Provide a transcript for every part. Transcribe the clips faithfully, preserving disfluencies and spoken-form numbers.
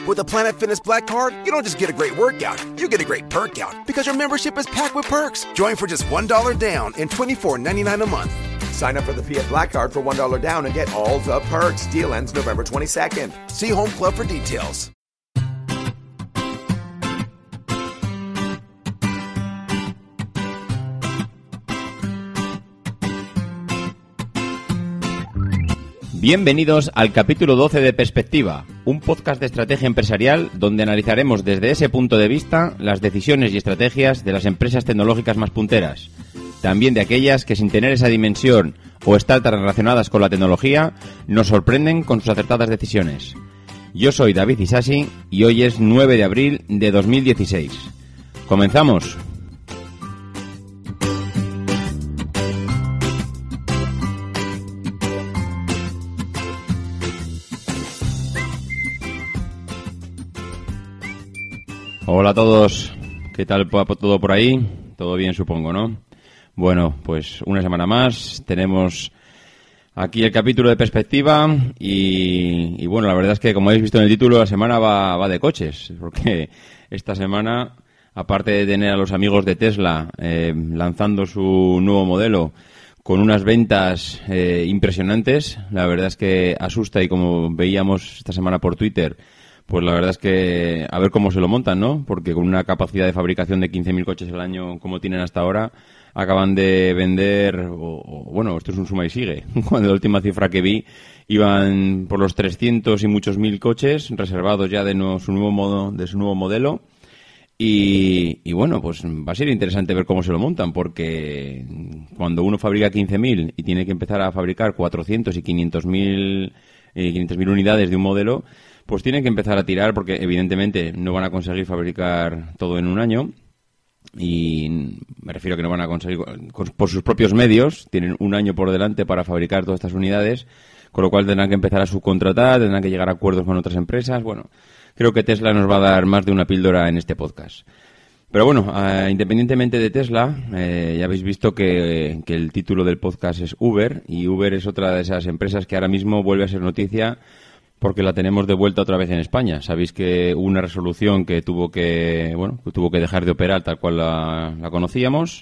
With a Planet Fitness Black Card, you don't just get a great workout, you get a great perk out because your membership is packed with perks. Join for just one dollar down and twenty-four ninety-nine a month. Sign up for the Fiat Black Card for one dollar down and get all the perks. Deal ends November twenty-second. See Home Club for details. Bienvenidos al capítulo doce de Perspectiva, un podcast de estrategia empresarial donde analizaremos desde ese punto de vista las decisiones y estrategias de las empresas tecnológicas más punteras, también de aquellas que sin tener esa dimensión o estar tan relacionadas con la tecnología nos sorprenden con sus acertadas decisiones. Yo soy David Isasi y hoy es nueve de abril de dos mil dieciséis. ¡Comenzamos! Hola a todos, ¿qué tal todo por ahí? Todo bien, supongo, ¿no? Bueno, pues una semana más, tenemos aquí el capítulo de Perspectiva y, y bueno, la verdad es que como habéis visto en el título, la semana va, va de coches, porque esta semana, aparte de tener a los amigos de Tesla eh, lanzando su nuevo modelo con unas ventas eh, impresionantes, la verdad es que asusta y como veíamos esta semana por Twitter, pues la verdad es que a ver cómo se lo montan, ¿no? Porque con una capacidad de fabricación de quince mil coches al año como tienen hasta ahora, acaban de vender, o, o, bueno, esto es un suma y sigue. Cuando la última cifra que vi, iban por los trescientos y muchos mil coches reservados ya de no, su nuevo modo, de su nuevo modelo. Y, y bueno, pues va a ser interesante ver cómo se lo montan, porque cuando uno fabrica quince mil y tiene que empezar a fabricar cuatrocientos y quinientos mil unidades de un modelo, pues tienen que empezar a tirar porque evidentemente no van a conseguir fabricar todo en un año y me refiero a que no van a conseguir por sus propios medios, tienen un año por delante para fabricar todas estas unidades, con lo cual tendrán que empezar a subcontratar, tendrán que llegar a acuerdos con otras empresas. Bueno, creo que Tesla nos va a dar más de una píldora en este podcast. Pero bueno, uh, independientemente de Tesla, eh, ya habéis visto que, que el título del podcast es Uber y Uber es otra de esas empresas que ahora mismo vuelve a ser noticia porque la tenemos de vuelta otra vez en España. Sabéis que hubo una resolución que tuvo que, bueno, que tuvo que dejar de operar tal cual la, la conocíamos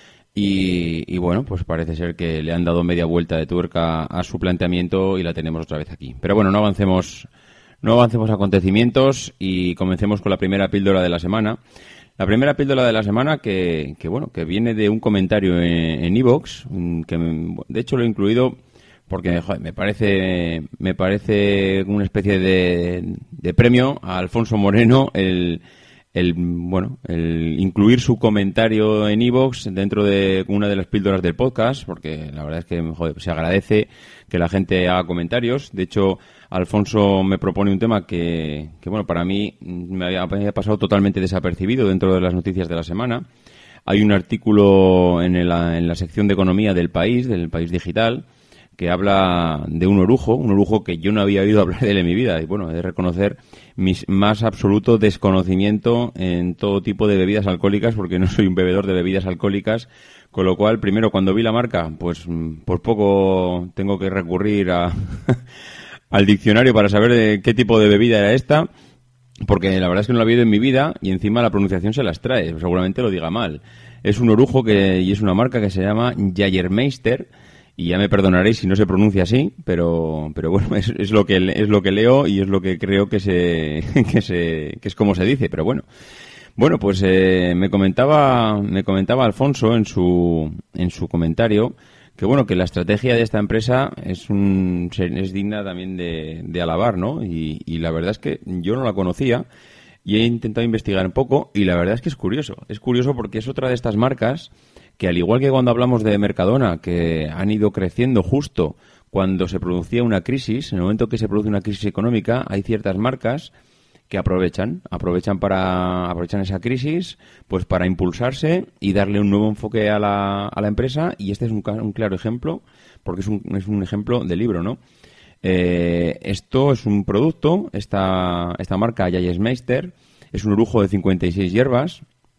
y, y bueno, pues parece ser que le han dado media vuelta de tuerca a su planteamiento y la tenemos otra vez aquí. Pero bueno, no avancemos, no avancemos acontecimientos y comencemos con la primera píldora de la semana. La primera píldora de la semana que, que bueno, que viene de un comentario en iVoox, que de hecho lo he incluido porque joder, me parece me parece una especie de, de premio a Alfonso Moreno el, el bueno el incluir su comentario en iVoox dentro de una de las píldoras del podcast, porque la verdad es que joder, se agradece que la gente haga comentarios. De hecho, Alfonso me propone un tema que, que bueno, para mí me había, me había pasado totalmente desapercibido dentro de las noticias de la semana. Hay un artículo en, el, en la sección de economía del País, del País Digital, que habla de un orujo, un orujo que yo no había oído hablar de él en mi vida. Y bueno, he de reconocer mi más absoluto desconocimiento en todo tipo de bebidas alcohólicas, porque no soy un bebedor de bebidas alcohólicas, con lo cual, primero, cuando vi la marca, pues por poco tengo que recurrir a al diccionario para saber de qué tipo de bebida era esta, porque la verdad es que no la había oído en mi vida y encima la pronunciación se las trae, seguramente lo diga mal. Es un orujo que y es una marca que se llama Jägermeister. Y ya me perdonaréis si no se pronuncia así, pero pero bueno, es, es lo que es lo que leo y es lo que creo que se que se que es como se dice, pero bueno. Bueno, pues eh, me comentaba me comentaba Alfonso en su en su comentario que bueno, que la estrategia de esta empresa es un es digna también de, de alabar, ¿no? Y, y la verdad es que yo no la conocía y he intentado investigar un poco y la verdad es que es curioso, es curioso porque es otra de estas marcas que al igual que cuando hablamos de Mercadona, que han ido creciendo justo cuando se producía una crisis, en el momento que se produce una crisis económica, hay ciertas marcas que aprovechan, aprovechan para aprovechan esa crisis, pues para impulsarse y darle un nuevo enfoque a la, a la empresa, y este es un, un claro ejemplo, porque es un, es un ejemplo de libro, ¿no? Eh, esto es un producto, esta, esta marca Jägermeister, es un orujo de cincuenta y seis hierbas,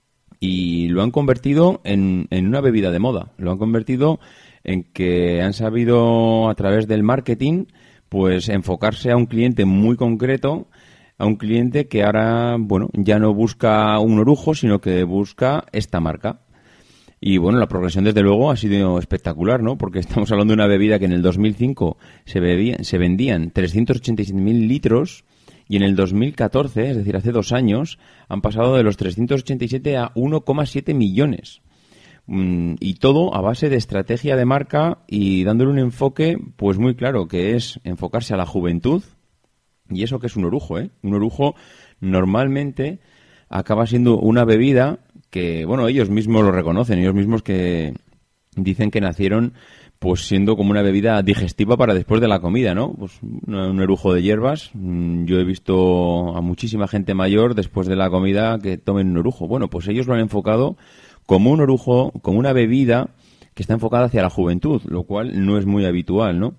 y lo han convertido en, en una bebida de moda. Lo han convertido en que han sabido, a través del marketing, pues enfocarse a un cliente muy concreto, a un cliente que ahora, bueno, ya no busca un orujo, sino que busca esta marca. Y bueno, la progresión desde luego ha sido espectacular, ¿no? Porque estamos hablando de una bebida que en el dos mil cinco se, bebía, se vendían trescientos ochenta y siete mil litros y en el dos mil catorce, es decir, hace dos años, han pasado de los trescientos ochenta y siete a uno coma siete millones. Mm, y todo a base de estrategia de marca y dándole un enfoque pues muy claro, que es enfocarse a la juventud. Y eso que es un orujo, ¿eh? Un orujo normalmente acaba siendo una bebida que, bueno, ellos mismos lo reconocen, ellos mismos que dicen que nacieron pues siendo como una bebida digestiva para después de la comida, ¿no? Pues un orujo de hierbas. Yo he visto a muchísima gente mayor después de la comida que tomen un orujo. Bueno, pues ellos lo han enfocado como un orujo, como una bebida que está enfocada hacia la juventud, lo cual no es muy habitual, ¿no?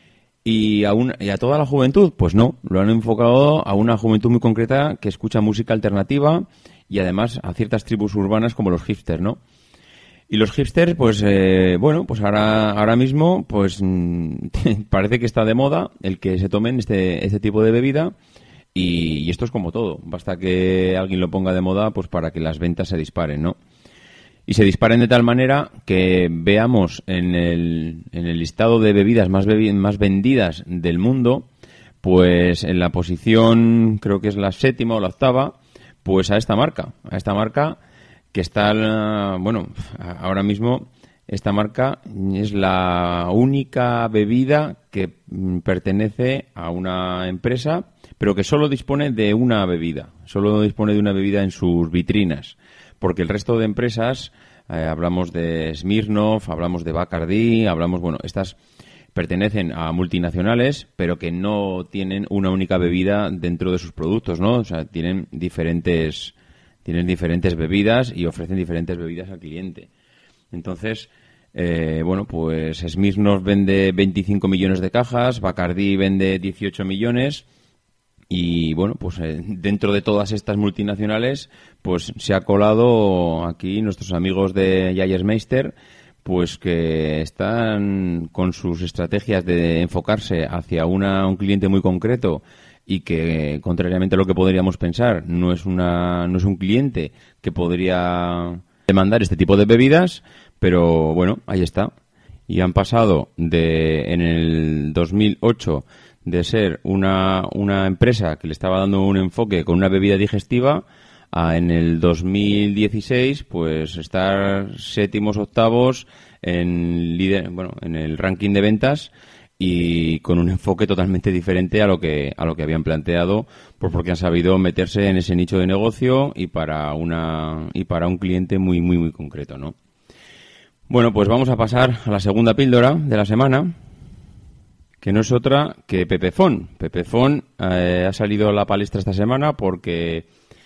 Y a, un, y a toda la juventud, pues no, lo han enfocado a una juventud muy concreta que escucha música alternativa y además a ciertas tribus urbanas como los hipsters, ¿no? Y los hipsters, pues, eh, bueno, pues ahora, ahora mismo, pues, parece que está de moda el que se tomen este, este tipo de bebida y, y esto es como todo. Basta que alguien lo ponga de moda, pues, para que las ventas se disparen, ¿no? Y se disparen de tal manera que veamos en el, en el listado de bebidas más, bebi- más vendidas del mundo, pues, en la posición, creo que es la séptima o la octava, pues a esta marca, a esta marca que está, bueno, ahora mismo esta marca es la única bebida que pertenece a una empresa, pero que solo dispone de una bebida, solo dispone de una bebida en sus vitrinas, porque el resto de empresas, eh, hablamos de Smirnoff, hablamos de Bacardi, hablamos, bueno, estas pertenecen a multinacionales, pero que no tienen una única bebida dentro de sus productos, ¿no? O sea, tienen diferentes tienen diferentes bebidas y ofrecen diferentes bebidas al cliente. Entonces, eh, bueno, pues Smirnoff vende veinticinco millones de cajas, Bacardi vende dieciocho millones y, bueno, pues eh, dentro de todas estas multinacionales, pues se ha colado aquí nuestros amigos de Jägermeister, pues que están con sus estrategias de enfocarse hacia una, un cliente muy concreto y que, contrariamente a lo que podríamos pensar, no es una no es un cliente que podría demandar este tipo de bebidas, pero bueno, ahí está. Y han pasado de en el dos mil ocho de ser una, una empresa que le estaba dando un enfoque con una bebida digestiva a en el dos mil dieciséis pues estar séptimos, octavos en líder, bueno, en el ranking de ventas y con un enfoque totalmente diferente a lo que a lo que habían planteado, pues porque han sabido meterse en ese nicho de negocio y para una y para un cliente muy muy muy concreto, ¿no? Bueno, pues vamos a pasar a la segunda píldora de la semana, que no es otra que Pepefón. Pepefón eh, ha salido a la palestra esta semana porque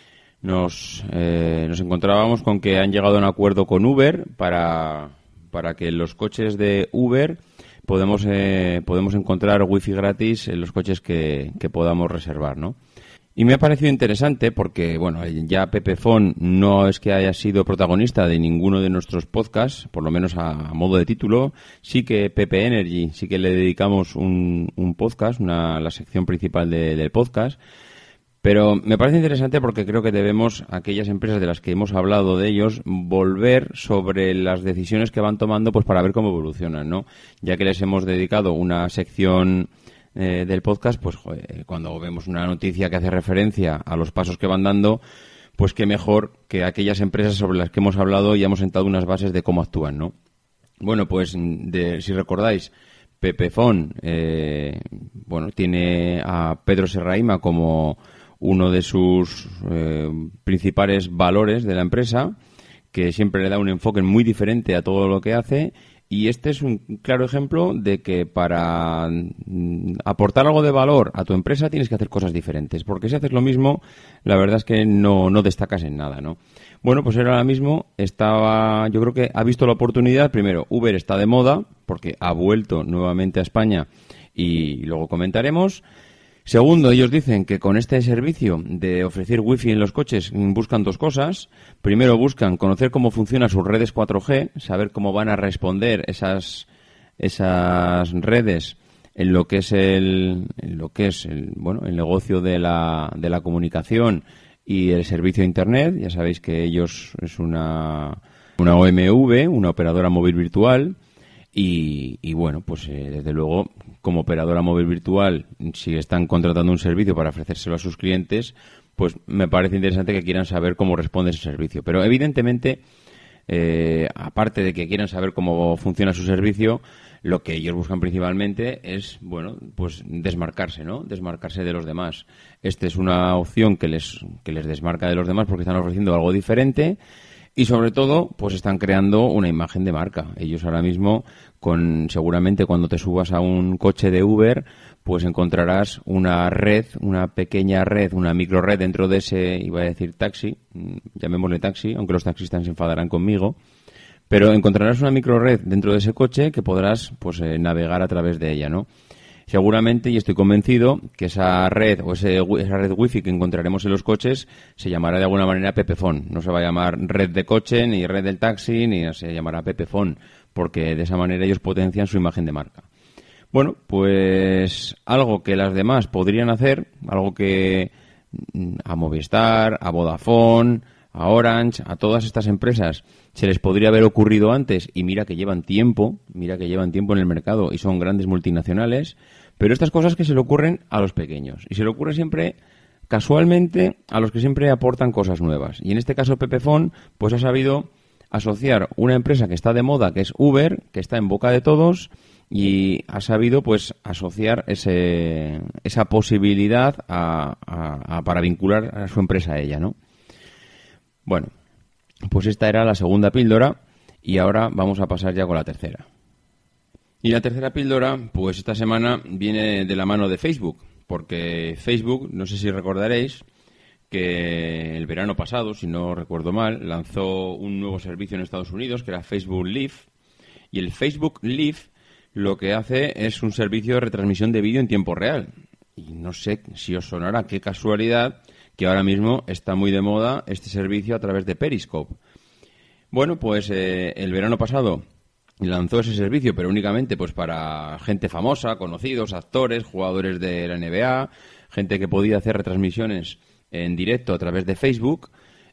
nos eh, nos encontrábamos con que han llegado a un acuerdo con Uber para para que los coches de Uber podemos eh, podemos encontrar wifi gratis en los coches que, que podamos reservar, ¿no? Y me ha parecido interesante porque, bueno, ya Pepefón no es que haya sido protagonista de ninguno de nuestros podcasts, por lo menos a, a modo de título. Sí que Pepe Energy, sí que le dedicamos un, un podcast, una, la sección principal de, del podcast. Pero me parece interesante porque creo que debemos, a aquellas empresas de las que hemos hablado de ellos, volver sobre las decisiones que van tomando pues para ver cómo evolucionan, ¿no? Ya que les hemos dedicado una sección eh, del podcast, pues joder, cuando vemos una noticia que hace referencia a los pasos que van dando, pues qué mejor que aquellas empresas sobre las que hemos hablado y hemos sentado unas bases de cómo actúan, ¿no? Bueno, pues de, si recordáis, Pepefón, eh, bueno, tiene a Pedro Serrahima como uno de sus eh, principales valores de la empresa, que siempre le da un enfoque muy diferente a todo lo que hace, y este es un claro ejemplo de que para mm, aportar algo de valor a tu empresa tienes que hacer cosas diferentes, porque si haces lo mismo, la verdad es que no, no destacas en nada, ¿no? Bueno, pues él ahora mismo estaba, yo creo que ha visto la oportunidad. Primero, Uber está de moda, porque ha vuelto nuevamente a España, y luego comentaremos. Segundo, ellos dicen que con este servicio de ofrecer wifi en los coches buscan dos cosas. Primero, buscan conocer cómo funcionan sus redes cuatro G, saber cómo van a responder esas, esas redes en lo que es el, en lo que es el, bueno, el negocio de la, de la comunicación y el servicio de Internet. Ya sabéis que ellos es una, una O M V, una operadora móvil virtual. Y, y bueno, pues eh, desde luego, como operadora móvil virtual, si están contratando un servicio para ofrecérselo a sus clientes, pues me parece interesante que quieran saber cómo responde ese servicio. Pero evidentemente, eh, aparte de que quieran saber cómo funciona su servicio, lo que ellos buscan principalmente es, bueno, pues desmarcarse, ¿no? Desmarcarse de los demás. Esta es una opción que les, que les desmarca de los demás porque están ofreciendo algo diferente. Y sobre todo, pues están creando una imagen de marca. Ellos ahora mismo, con seguramente cuando te subas a un coche de Uber, pues encontrarás una red, una pequeña red, una micro red dentro de ese, iba a decir taxi, llamémosle taxi, aunque los taxistas se enfadarán conmigo, pero encontrarás una micro red dentro de ese coche que podrás pues eh, navegar a través de ella, ¿no? Seguramente, y estoy convencido, que esa red o ese, esa red wifi que encontraremos en los coches se llamará de alguna manera Pepefon. No se va a llamar red de coche, ni red del taxi, ni se llamará Pepefon, porque de esa manera ellos potencian su imagen de marca. Bueno, pues algo que las demás podrían hacer, algo que a Movistar, a Vodafone, a Orange, a todas estas empresas se les podría haber ocurrido antes, y mira que llevan tiempo, mira que llevan tiempo en el mercado y son grandes multinacionales, pero estas cosas que se le ocurren a los pequeños, y se le ocurre siempre casualmente a los que siempre aportan cosas nuevas. Y en este caso Pepefon pues ha sabido asociar una empresa que está de moda, que es Uber, que está en boca de todos, y ha sabido pues asociar ese, esa posibilidad a, a, a, para vincular a su empresa a ella, ¿no? Bueno, pues esta era la segunda píldora y ahora vamos a pasar ya con la tercera. Y la tercera píldora, pues esta semana viene de la mano de Facebook, porque Facebook, no sé si recordaréis, que el verano pasado, si no recuerdo mal, lanzó un nuevo servicio en Estados Unidos que era Facebook Live, y el Facebook Live lo que hace es un servicio de retransmisión de vídeo en tiempo real. Y no sé si os sonará, qué casualidad, que ahora mismo está muy de moda este servicio a través de Periscope. Bueno, pues eh, el verano pasado lanzó ese servicio, pero únicamente pues para gente famosa, conocidos, actores, jugadores de la N B A, gente que podía hacer retransmisiones en directo a través de Facebook,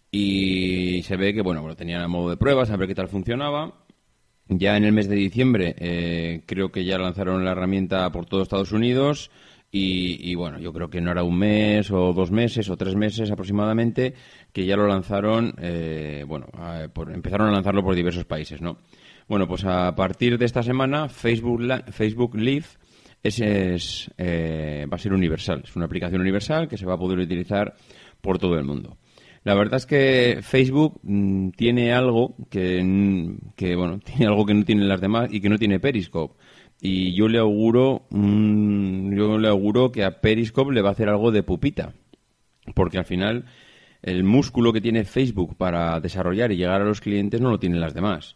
y se ve que, bueno, lo tenían a modo de pruebas, a ver qué tal funcionaba. Ya en el mes de diciembre eh, creo que ya lanzaron la herramienta por todo Estados Unidos. Y, y bueno, yo creo que no era un mes o dos meses o tres meses aproximadamente que ya lo lanzaron, eh, bueno, a, por, empezaron a lanzarlo por diversos países, ¿no? Bueno, pues a partir de esta semana Facebook, Facebook Live es, es, eh, va a ser universal, es una aplicación universal que se va a poder utilizar por todo el mundo. La verdad es que Facebook mmm, tiene algo que, que, bueno, tiene algo que no tienen las demás y que no tiene Periscope. Y yo le auguro, mmm, yo le auguro que a Periscope le va a hacer algo de pupita, porque al final el músculo que tiene Facebook para desarrollar y llegar a los clientes no lo tienen las demás.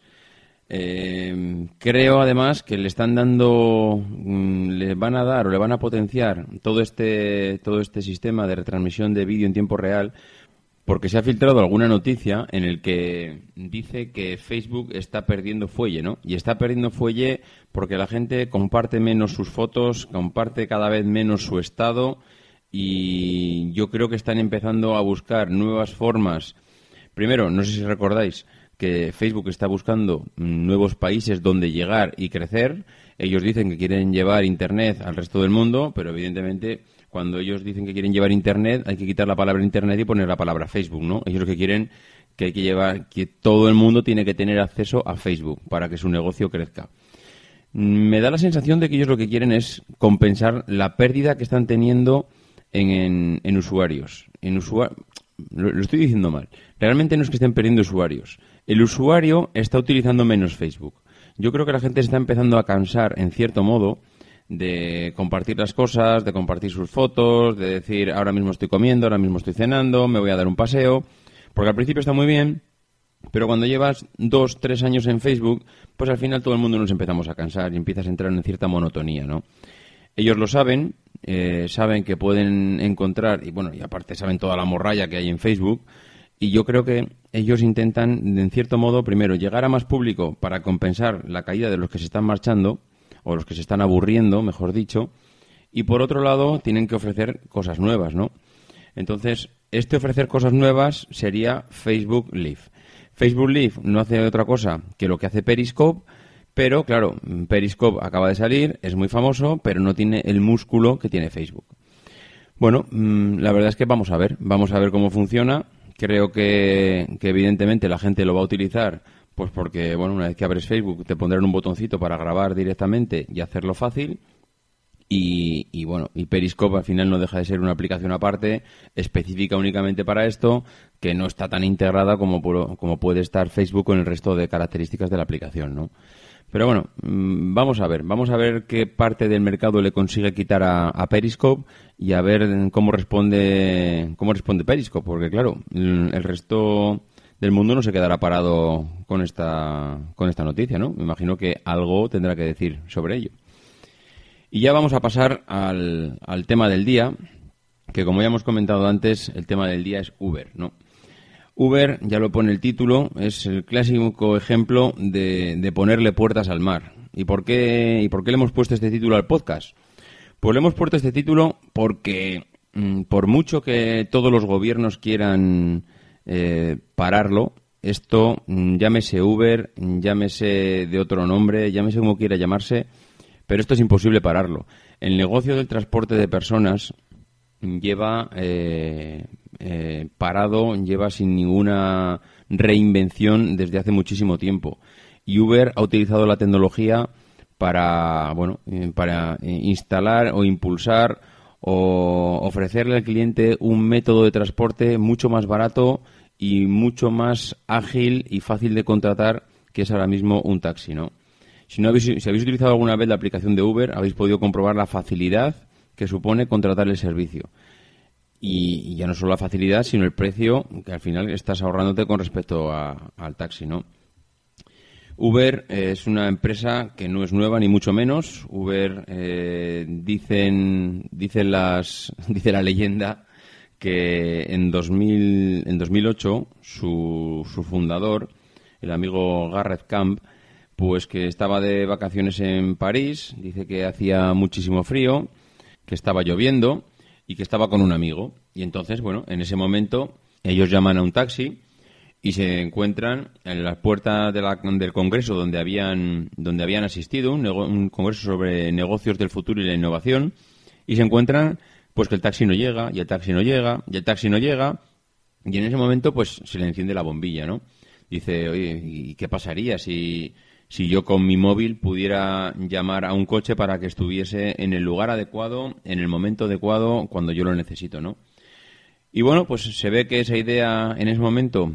Eh, creo además que le están dando, mmm, le van a dar o le van a potenciar todo este todo este sistema de retransmisión de vídeo en tiempo real, porque se ha filtrado alguna noticia en el que dice que Facebook está perdiendo fuelle, ¿no? Y está perdiendo fuelle porque la gente comparte menos sus fotos, comparte cada vez menos su estado, y yo creo que están empezando a buscar nuevas formas. Primero, no sé si recordáis que Facebook está buscando nuevos países donde llegar y crecer. Ellos dicen que quieren llevar Internet al resto del mundo, pero evidentemente cuando ellos dicen que quieren llevar Internet hay que quitar la palabra Internet y poner la palabra Facebook, ¿no? Ellos lo que quieren que hay que llevar, que todo el mundo tiene que tener acceso a Facebook para que su negocio crezca. Me da la sensación de que ellos lo que quieren es compensar la pérdida que están teniendo en, en, en usuarios. En usuar... lo, lo estoy diciendo mal. Realmente no es que estén perdiendo usuarios. El usuario está utilizando menos Facebook. Yo creo que la gente se está empezando a cansar, en cierto modo, de compartir las cosas, de compartir sus fotos, de decir ahora mismo estoy comiendo, ahora mismo estoy cenando, me voy a dar un paseo, porque al principio está muy bien, pero cuando llevas dos, tres años en Facebook, pues al final todo el mundo nos empezamos a cansar y empiezas a entrar en cierta monotonía, ¿no? Ellos lo saben, eh, saben que pueden encontrar, y bueno, y aparte saben toda la morralla que hay en Facebook, y yo creo que ellos intentan, en cierto modo, primero, llegar a más público para compensar la caída de los que se están marchando, o los que se están aburriendo, mejor dicho, y por otro lado tienen que ofrecer cosas nuevas, ¿no? Entonces, este ofrecer cosas nuevas sería Facebook Live. Facebook Live no hace otra cosa que lo que hace Periscope, pero claro, Periscope acaba de salir, es muy famoso, pero no tiene el músculo que tiene Facebook. Bueno, la verdad es que vamos a ver, vamos a ver cómo funciona. Creo que, que evidentemente la gente lo va a utilizar, pues porque, bueno, una vez que abres Facebook te pondrán un botoncito para grabar directamente y hacerlo fácil. Y, y bueno, y Periscope al final no deja de ser una aplicación aparte, específica únicamente para esto, que no está tan integrada como, como puede estar Facebook con el resto de características de la aplicación, ¿no? Pero bueno, vamos a ver, vamos a ver qué parte del mercado le consigue quitar a, a Periscope y a ver cómo responde cómo responde Periscope, porque claro, el resto del mundo no se quedará parado con esta con esta noticia, ¿no? Me imagino que algo tendrá que decir sobre ello. Y ya vamos a pasar al, al tema del día, que como ya hemos comentado antes, el tema del día es Uber, ¿no? Uber, ya lo pone el título, es el clásico ejemplo de, de ponerle puertas al mar. ¿Y por qué, y por qué le hemos puesto este título al podcast? Pues le hemos puesto este título porque mmm, por mucho que todos los gobiernos quieran eh, pararlo, esto, mmm, llámese Uber, llámese de otro nombre, llámese como quiera llamarse, pero esto es imposible pararlo. El negocio del transporte de personas lleva eh, eh, parado, lleva sin ninguna reinvención desde hace muchísimo tiempo. Y Uber ha utilizado la tecnología para, bueno, eh, para instalar o impulsar o ofrecerle al cliente un método de transporte mucho más barato y mucho más ágil y fácil de contratar que es ahora mismo un taxi, ¿no? Si no habéis, si habéis utilizado alguna vez la aplicación de Uber, habéis podido comprobar la facilidad que supone contratar el servicio. Y, y ya no solo la facilidad, sino el precio que al final estás ahorrándote con respecto a, al taxi, ¿no? Uber eh, es una empresa que no es nueva ni mucho menos. Uber eh, dicen dicen las dice la leyenda que en dos mil en dos mil ocho su su fundador, el amigo Garrett Camp, pues que estaba de vacaciones en París, dice que hacía muchísimo frío, que estaba lloviendo y que estaba con un amigo. Y entonces, bueno, en ese momento ellos llaman a un taxi y se encuentran en la puerta de la, del congreso donde habían donde habían asistido, un, nego, un congreso sobre negocios del futuro y la innovación, y se encuentran pues que el taxi no llega, y el taxi no llega, y el taxi no llega, y en ese momento pues se le enciende la bombilla, ¿no? Dice, oye, ¿y qué pasaría si... si yo con mi móvil pudiera llamar a un coche para que estuviese en el lugar adecuado, en el momento adecuado, cuando yo lo necesito, ¿no? Y bueno, pues se ve que esa idea en ese momento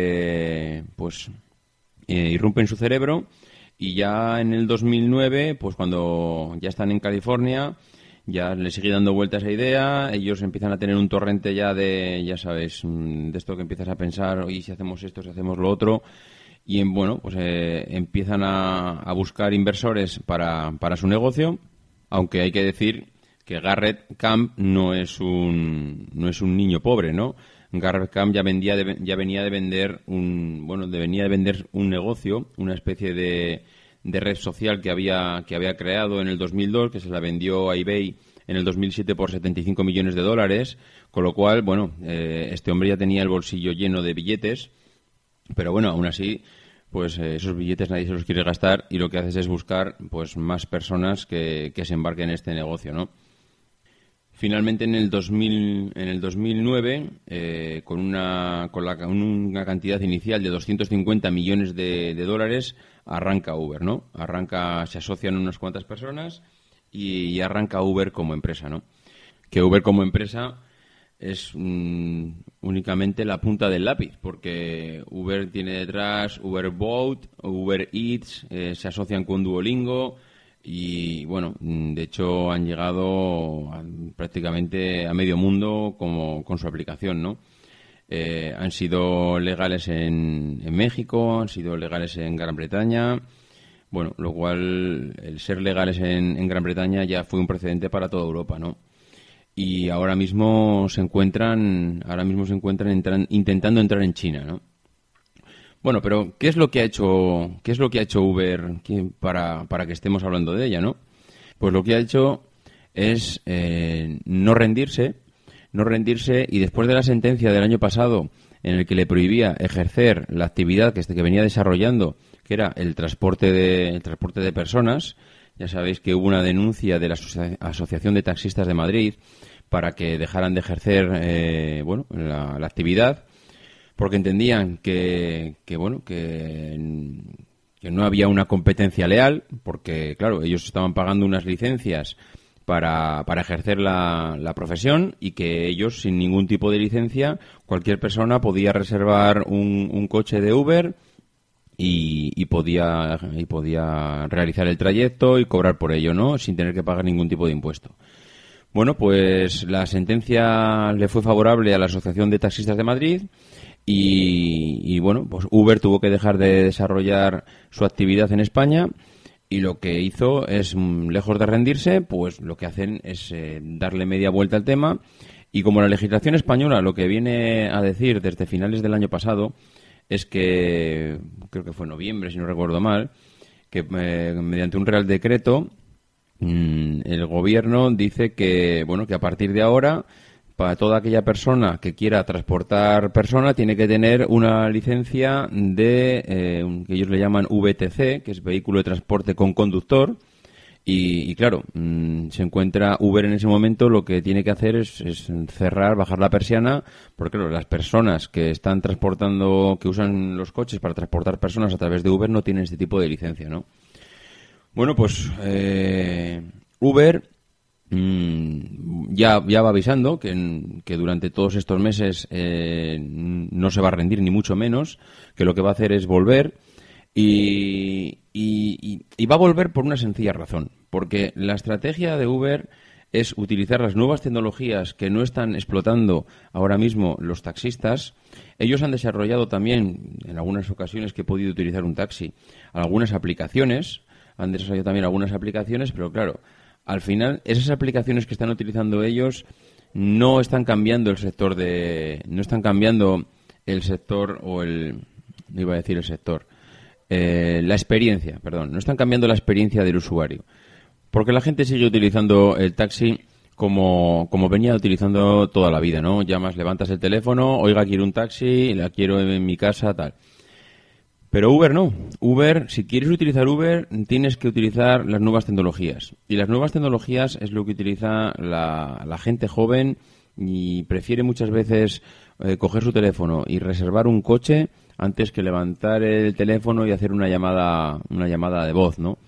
eh, pues eh, irrumpe en su cerebro, y ya en el dos mil nueve, pues cuando ya están en California, ya le sigue dando vuelta a esa idea, ellos empiezan a tener un torrente ya de, ya sabes, de esto que empiezas a pensar, oye, si hacemos esto, si hacemos lo otro. Y en, bueno, pues eh, empiezan a, a buscar inversores para, para su negocio, aunque hay que decir que Garrett Camp no es un no es un niño pobre, ¿no? Garrett Camp ya vendía de, ya venía de vender un bueno de, venía de vender un negocio, una especie de, de red social que había que había creado en el dos mil dos, que se la vendió a eBay en el dos mil siete por setenta y cinco millones de dólares, con lo cual, bueno, eh, este hombre ya tenía el bolsillo lleno de billetes. Pero bueno, aún así, pues eh, esos billetes nadie se los quiere gastar, y lo que haces es buscar pues más personas que, que se embarquen en este negocio, ¿no? Finalmente, en el dos mil, en el dos mil nueve, eh, con una con la, una cantidad inicial de doscientos cincuenta millones de, de dólares, arranca Uber, ¿no? Arranca, se asocian unas cuantas personas y, y arranca Uber como empresa, ¿no? Que Uber como empresa es mm, únicamente la punta del lápiz, porque Uber tiene detrás Uber Boat, Uber Eats, eh, se asocian con Duolingo y, bueno, de hecho han llegado a, prácticamente a medio mundo como, con su aplicación, ¿no? Eh, han sido legales en, en México, han sido legales en Gran Bretaña, bueno, lo cual el ser legales en, en Gran Bretaña ya fue un precedente para toda Europa, ¿no? Y ahora mismo se encuentran ahora mismo se encuentran entran, intentando entrar en China, ¿no? Bueno, pero ¿qué es lo que ha hecho, qué es lo que ha hecho Uber para, para que estemos hablando de ella, ¿no? Pues lo que ha hecho es eh, no rendirse, no rendirse y después de la sentencia del año pasado en el que le prohibía ejercer la actividad que, este, que venía desarrollando, que era el transporte de, el transporte de personas, ya sabéis que hubo una denuncia de la Asoci- Asociación de Taxistas de Madrid para que dejaran de ejercer eh, bueno, la, la actividad, porque entendían que, que bueno que, que no había una competencia leal, porque claro, ellos estaban pagando unas licencias para, para ejercer la, la profesión y que ellos, sin ningún tipo de licencia, cualquier persona podía reservar un, un coche de Uber y, y podía y podía realizar el trayecto y cobrar por ello, ¿no? Sin tener que pagar ningún tipo de impuesto. Bueno, pues la sentencia le fue favorable a la Asociación de Taxistas de Madrid y, y bueno, pues Uber tuvo que dejar de desarrollar su actividad en España. Y lo que hizo es, lejos de rendirse, pues lo que hacen es eh, darle media vuelta al tema. Y como la legislación española lo que viene a decir desde finales del año pasado es que, creo que fue en noviembre, si no recuerdo mal, que eh, mediante un real decreto mmm, el gobierno dice que, bueno, que a partir de ahora, para toda aquella persona que quiera transportar personas, tiene que tener una licencia de, eh, un, que ellos le llaman V T C, que es Vehículo de Transporte con Conductor. Y, y claro, mmm, se encuentra Uber en ese momento, lo que tiene que hacer es, es cerrar, bajar la persiana, porque claro, las personas que están transportando, que usan los coches para transportar personas a través de Uber no tienen este tipo de licencia, ¿no? Bueno, pues eh, Uber Ya, ya va avisando que, que durante todos estos meses eh, no se va a rendir ni mucho menos, que lo que va a hacer es volver y, y, y va a volver por una sencilla razón, porque la estrategia de Uber es utilizar las nuevas tecnologías que no están explotando ahora mismo los taxistas. Ellos han desarrollado también, en algunas ocasiones que he podido utilizar un taxi, algunas aplicaciones, han desarrollado también algunas aplicaciones, pero claro, al final, esas aplicaciones que están utilizando ellos no están cambiando el sector de... No están cambiando el sector o el... No iba a decir el sector. Eh, la experiencia, perdón. No están cambiando la experiencia del usuario. Porque la gente sigue utilizando el taxi como, como venía utilizando toda la vida, ¿no? Llamas, levantas el teléfono, oiga, quiero un taxi, la quiero en mi casa, tal. Pero Uber no. Uber, si quieres utilizar Uber, tienes que utilizar las nuevas tecnologías. Y las nuevas tecnologías es lo que utiliza la, la gente joven y prefiere muchas veces eh, coger su teléfono y reservar un coche antes que levantar el teléfono y hacer una llamada, una llamada de voz, ¿no?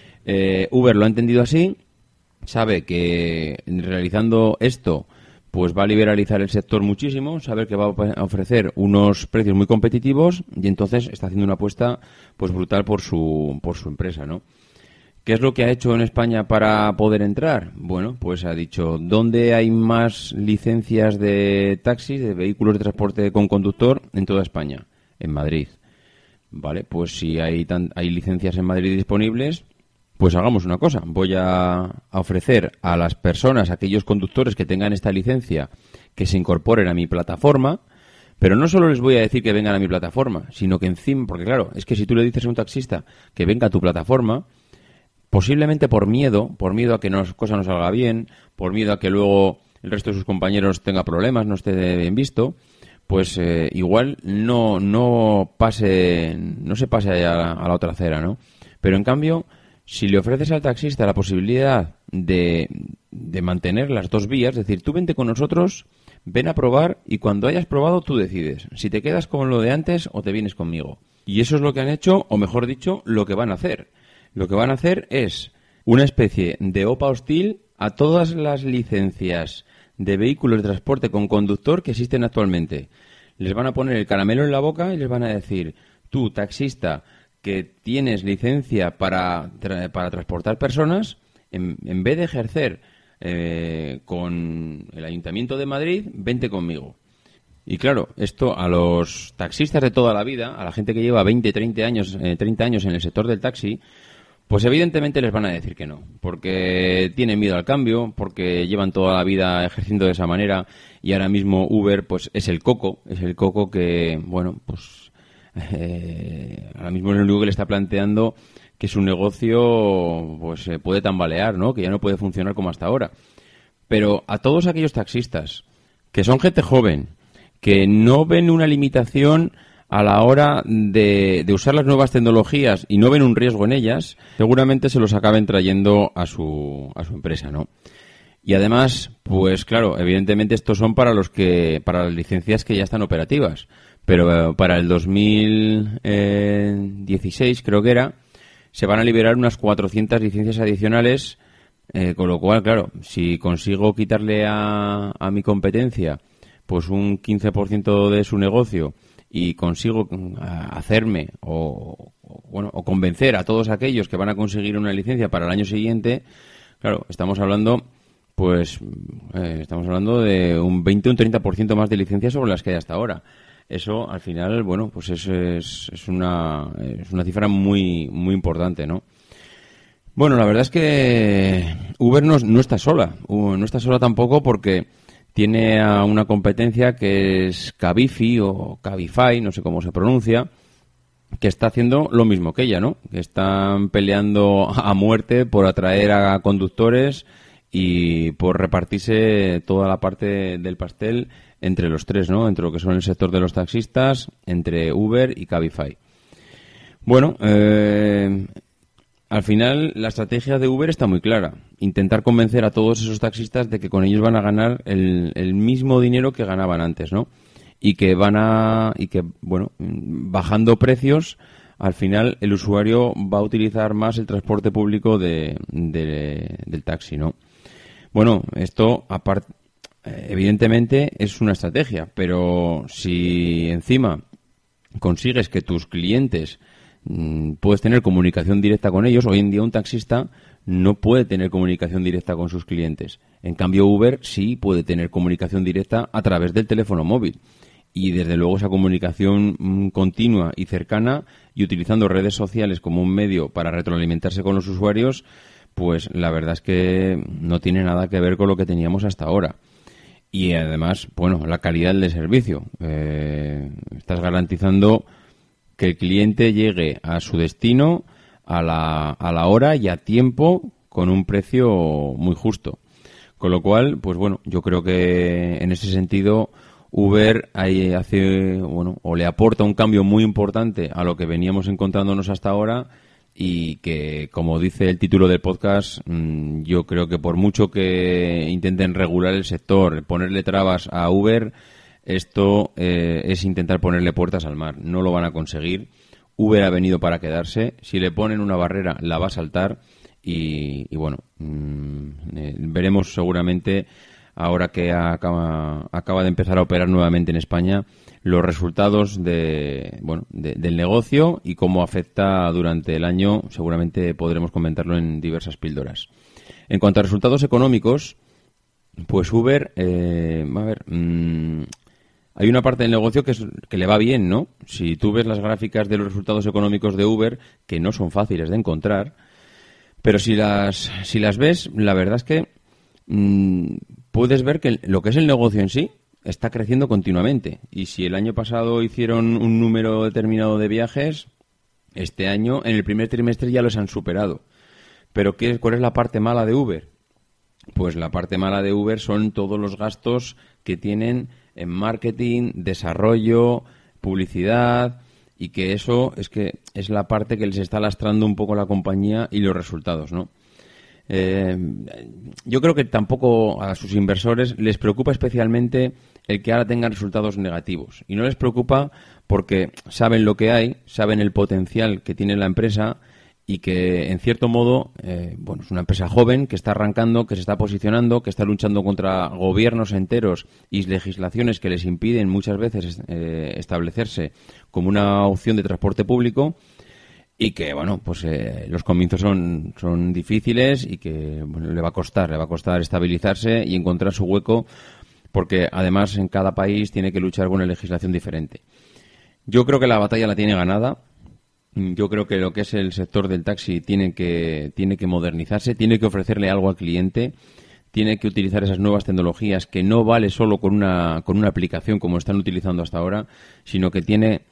Eh, Uber lo ha entendido así, sabe que realizando esto pues va a liberalizar el sector muchísimo, saber que va a ofrecer unos precios muy competitivos y entonces está haciendo una apuesta pues brutal por su por su empresa, ¿no? ¿Qué es lo que ha hecho en España para poder entrar? Bueno, pues ha dicho, ¿dónde hay más licencias de taxis, de vehículos de transporte con conductor? En toda España, en Madrid. Vale, pues si hay tan, hay licencias en Madrid disponibles, pues hagamos una cosa, voy a, a ofrecer a las personas, a aquellos conductores que tengan esta licencia, que se incorporen a mi plataforma, pero no solo les voy a decir que vengan a mi plataforma, sino que encima, porque claro, es que si tú le dices a un taxista que venga a tu plataforma, posiblemente por miedo, por miedo a que las cosas no salga bien, por miedo a que luego el resto de sus compañeros tenga problemas, no esté bien visto, pues eh, igual no, no pase, no se pase a la, a la otra acera, ¿no? Pero en cambio, si le ofreces al taxista la posibilidad de, de mantener las dos vías, es decir, tú vente con nosotros, ven a probar y cuando hayas probado tú decides si te quedas con lo de antes o te vienes conmigo. Y eso es lo que han hecho, o mejor dicho, lo que van a hacer. Lo que van a hacer es una especie de O P A hostil a todas las licencias de vehículos de transporte con conductor que existen actualmente. Les van a poner el caramelo en la boca y les van a decir, tú, taxista, que tienes licencia para, tra- para transportar personas, en, en vez de ejercer eh, con el Ayuntamiento de Madrid, vente conmigo. Y claro, esto a los taxistas de toda la vida, a la gente que lleva veinte, treinta años, eh, treinta años en el sector del taxi, pues evidentemente les van a decir que no, porque tienen miedo al cambio, porque llevan toda la vida ejerciendo de esa manera y ahora mismo Uber pues es el coco, es el coco que, bueno, pues eh, ahora mismo es el único que le está planteando que su negocio pues eh, puede tambalear, ¿no? Que ya no puede funcionar como hasta ahora. Pero a todos aquellos taxistas que son gente joven, que no ven una limitación a la hora de, de usar las nuevas tecnologías y no ven un riesgo en ellas, seguramente se los acaben trayendo a su, a su empresa, ¿no? Y además, pues claro, evidentemente estos son para los que, para las licencias que ya están operativas. Pero eh, para el dos mil dieciséis, creo que era, se van a liberar unas cuatrocientas licencias adicionales, eh, con lo cual, claro, si consigo quitarle a, a mi competencia pues un quince por ciento de su negocio y consigo hacerme o, o, bueno, o convencer a todos aquellos que van a conseguir una licencia para el año siguiente, claro, estamos hablando... Pues eh, estamos hablando de un veinte o un treinta por ciento más de licencias sobre las que hay hasta ahora. Eso, al final, bueno, pues es, es, es, una, es una cifra muy muy importante, ¿no? Bueno, la verdad es que Uber no, no está sola. No está sola tampoco porque tiene a una competencia que es Cabify o Cabify, no sé cómo se pronuncia, que está haciendo lo mismo que ella, ¿no? Que están peleando a muerte por atraer a conductores y por repartirse toda la parte del pastel entre los tres, ¿no? Entre lo que son el sector de los taxistas, entre Uber y Cabify. Bueno, eh, al final la estrategia de Uber está muy clara. Intentar convencer a todos esos taxistas de que con ellos van a ganar el, el mismo dinero que ganaban antes, ¿no? Y que van a, y que, bueno, bajando precios, al final el usuario va a utilizar más el transporte público de, de, del taxi, ¿no? Bueno, esto aparte, evidentemente es una estrategia, pero si encima consigues que tus clientes mmm, puedes tener comunicación directa con ellos, hoy en día un taxista no puede tener comunicación directa con sus clientes. En cambio Uber sí puede tener comunicación directa a través del teléfono móvil. Y desde luego esa comunicación mmm, continua y cercana y utilizando redes sociales como un medio para retroalimentarse con los usuarios, pues la verdad es que no tiene nada que ver con lo que teníamos hasta ahora. Y además, bueno, la calidad del servicio. Eh, estás garantizando que el cliente llegue a su destino a la, a la hora y a tiempo con un precio muy justo. Con lo cual, pues bueno, yo creo que en ese sentido Uber ahí hace, bueno, o le aporta un cambio muy importante a lo que veníamos encontrándonos hasta ahora. Y que, como dice el título del podcast, mmm, yo creo que por mucho que intenten regular el sector, ponerle trabas a Uber, esto eh, es intentar ponerle puertas al mar. No lo van a conseguir. Uber ha venido para quedarse. Si le ponen una barrera, la va a saltar. Y, y bueno, mmm, eh, veremos seguramente, ahora que acaba, acaba de empezar a operar nuevamente en España, los resultados de, bueno, de, del negocio y cómo afecta durante el año. Seguramente podremos comentarlo en diversas píldoras. En cuanto a resultados económicos, pues Uber, eh, a ver, mmm, hay una parte del negocio que, es, que le va bien, ¿no? Si tú ves las gráficas de los resultados económicos de Uber, que no son fáciles de encontrar, pero si las, si las ves, la verdad es que mmm, puedes ver que lo que es el negocio en sí está creciendo continuamente. Y si el año pasado hicieron un número determinado de viajes, este año, en el primer trimestre, ya los han superado. Pero ¿qué, ¿cuál es la parte mala de Uber? Pues la parte mala de Uber son todos los gastos que tienen en marketing, desarrollo, publicidad, y que eso es que es la parte que les está lastrando un poco la compañía y los resultados, ¿no? Eh, yo creo que tampoco a sus inversores les preocupa especialmente el que ahora tengan resultados negativos, y no les preocupa porque saben lo que hay, saben el potencial que tiene la empresa y que en cierto modo eh, bueno, es una empresa joven que está arrancando, que se está posicionando, que está luchando contra gobiernos enteros y legislaciones que les impiden muchas veces eh, establecerse como una opción de transporte público. Y que, bueno, pues eh, los comienzos son, son difíciles y que bueno, le va a costar, le va a costar estabilizarse y encontrar su hueco, porque además en cada país tiene que luchar con una legislación diferente. Yo creo que la batalla la tiene ganada. Yo creo que lo que es el sector del taxi tiene que, tiene que modernizarse, tiene que ofrecerle algo al cliente, tiene que utilizar esas nuevas tecnologías, que no vale solo con una, con una aplicación como están utilizando hasta ahora, sino que tiene...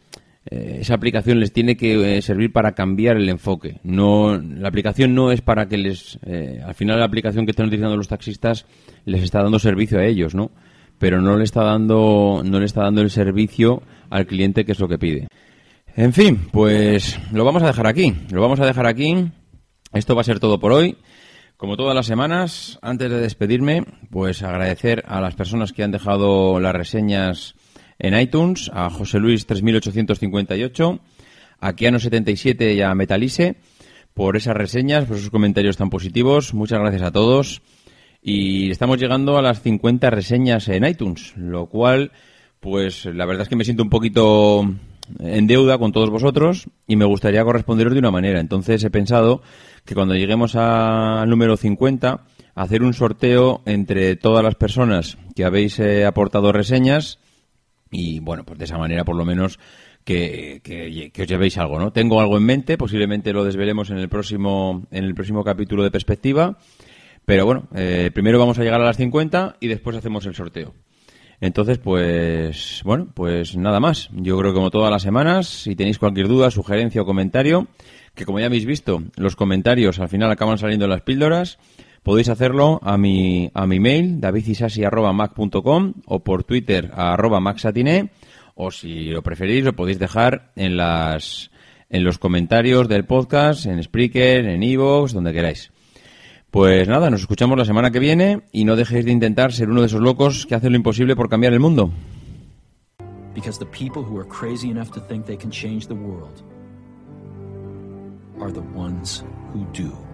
eh, esa aplicación les tiene que eh, servir para cambiar el enfoque. No, la aplicación no es para que les... Eh, al final la aplicación que están utilizando los taxistas les está dando servicio a ellos, ¿no? Pero no le está dando, no le está dando el servicio al cliente, que es lo que pide. En fin, pues lo vamos a dejar aquí. Lo vamos a dejar aquí. Esto va a ser todo por hoy. Como todas las semanas, antes de despedirme, pues agradecer a las personas que han dejado las reseñas en iTunes, a José Luis tres mil ochocientos cincuenta y ocho, a Kiano setenta y siete y a Metalise, por esas reseñas, por esos comentarios tan positivos. Muchas gracias a todos. Y estamos llegando a las cincuenta reseñas en iTunes, lo cual, pues la verdad es que me siento un poquito en deuda con todos vosotros y me gustaría corresponderos de una manera. Entonces he pensado que cuando lleguemos al número cincuenta, hacer un sorteo entre todas las personas que habéis eh, aportado reseñas y, bueno, pues de esa manera por lo menos que, que, que os llevéis algo, ¿no? Tengo algo en mente, posiblemente lo desvelemos en el próximo, en el próximo capítulo de Perspectiva, pero bueno, eh, primero vamos a llegar a las cincuenta y después hacemos el sorteo. Entonces, pues, bueno, pues nada más. Yo creo que como todas las semanas, si tenéis cualquier duda, sugerencia o comentario, que como ya habéis visto, los comentarios al final acaban saliendo en las píldoras, podéis hacerlo a mi, a mi mail, davidisasi arroba mac punto com, o por Twitter a arroba maxatiné, o si lo preferís, lo podéis dejar en las, en los comentarios del podcast, en Spreaker, en iVoox, donde queráis. Pues nada, nos escuchamos la semana que viene y no dejéis de intentar ser uno de esos locos que hacen lo imposible por cambiar el mundo. Because the people who are crazy enough to think they can change the world are the ones who do.